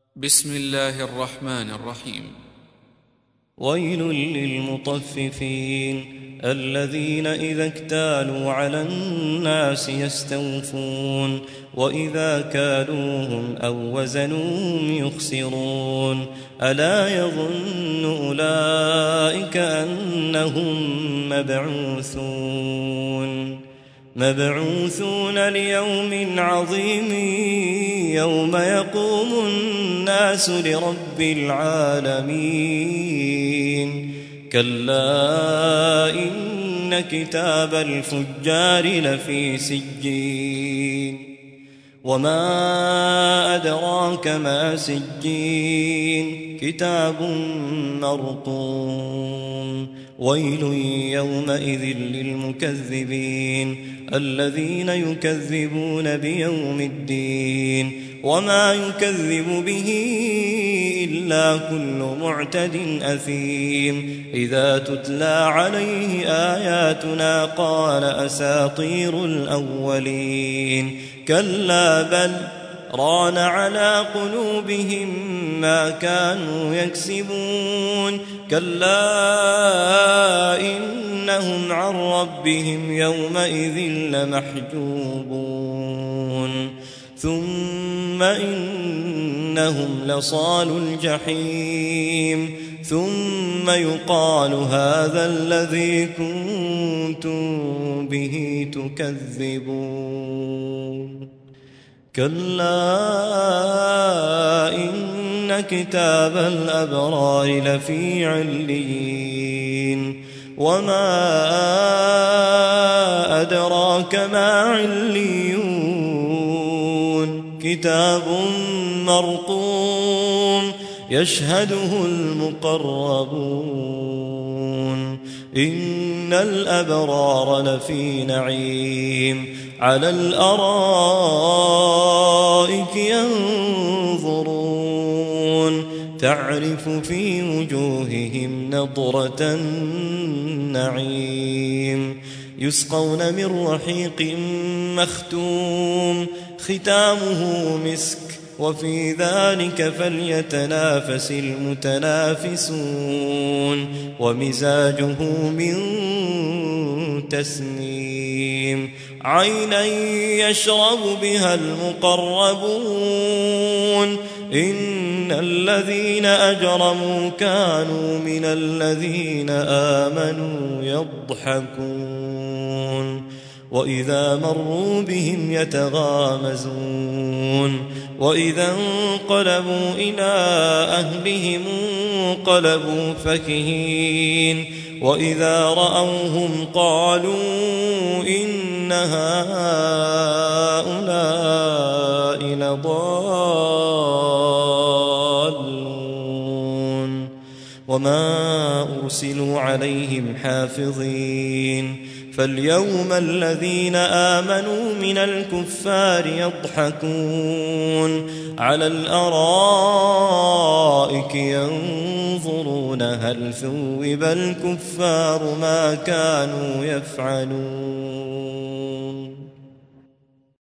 بسم الله الرحمن الرحيم. ويل للمطففين الذين إذا اكتالوا على الناس يستوفون وإذا كالوهم أو وزنوهم يخسرون ألا يظن أولئك أنهم مبعوثون ليوم عظيم يوم يقوم الناس لرب العالمين كلا إن كتاب الفجار لفي سجين وما أدراك ما سجين كتاب مرقوم ويل يومئذ للمكذبين الذين يكذبون بيوم الدين وما يكذب به إلا كل معتد أثيم إذا تتلى عليه آياتنا قال أساطير الأولين كلا بل ران على قلوبهم ما كانوا يكسبون كلا إنهم عن ربهم يومئذ لمحجوبون ثم إنهم لصالو الجحيم ثم يقال هذا الذي كنتم به تكذبون كلا إن كتاب الأبرار لفي عليين وما أدراك ما عليون كتاب مرقوم يشهده المقربون إن الأبرار لفي نعيم على الأرائك ينظرون تعرف في وجوههم نضرة النعيم يسقون من رحيق مختوم ختامه مسك وفي ذلك فليتنافس المتنافسون ومزاجه من تسنيم عينا يشرب بها المقربون إن الذين أجرموا كانوا من الذين آمنوا يضحكون وإذا مروا بهم يتغامزون وإذا انقلبوا إلى أهلهم انقلبوا فكهين وإذا رأوهم قالوا إن هؤلاء لضالون وما أرسلوا عليهم حافظين فاليوم الذين آمنوا من الكفار يضحكون على الأرائك ينظرون هل ثوب الكفار ما كانوا يفعلون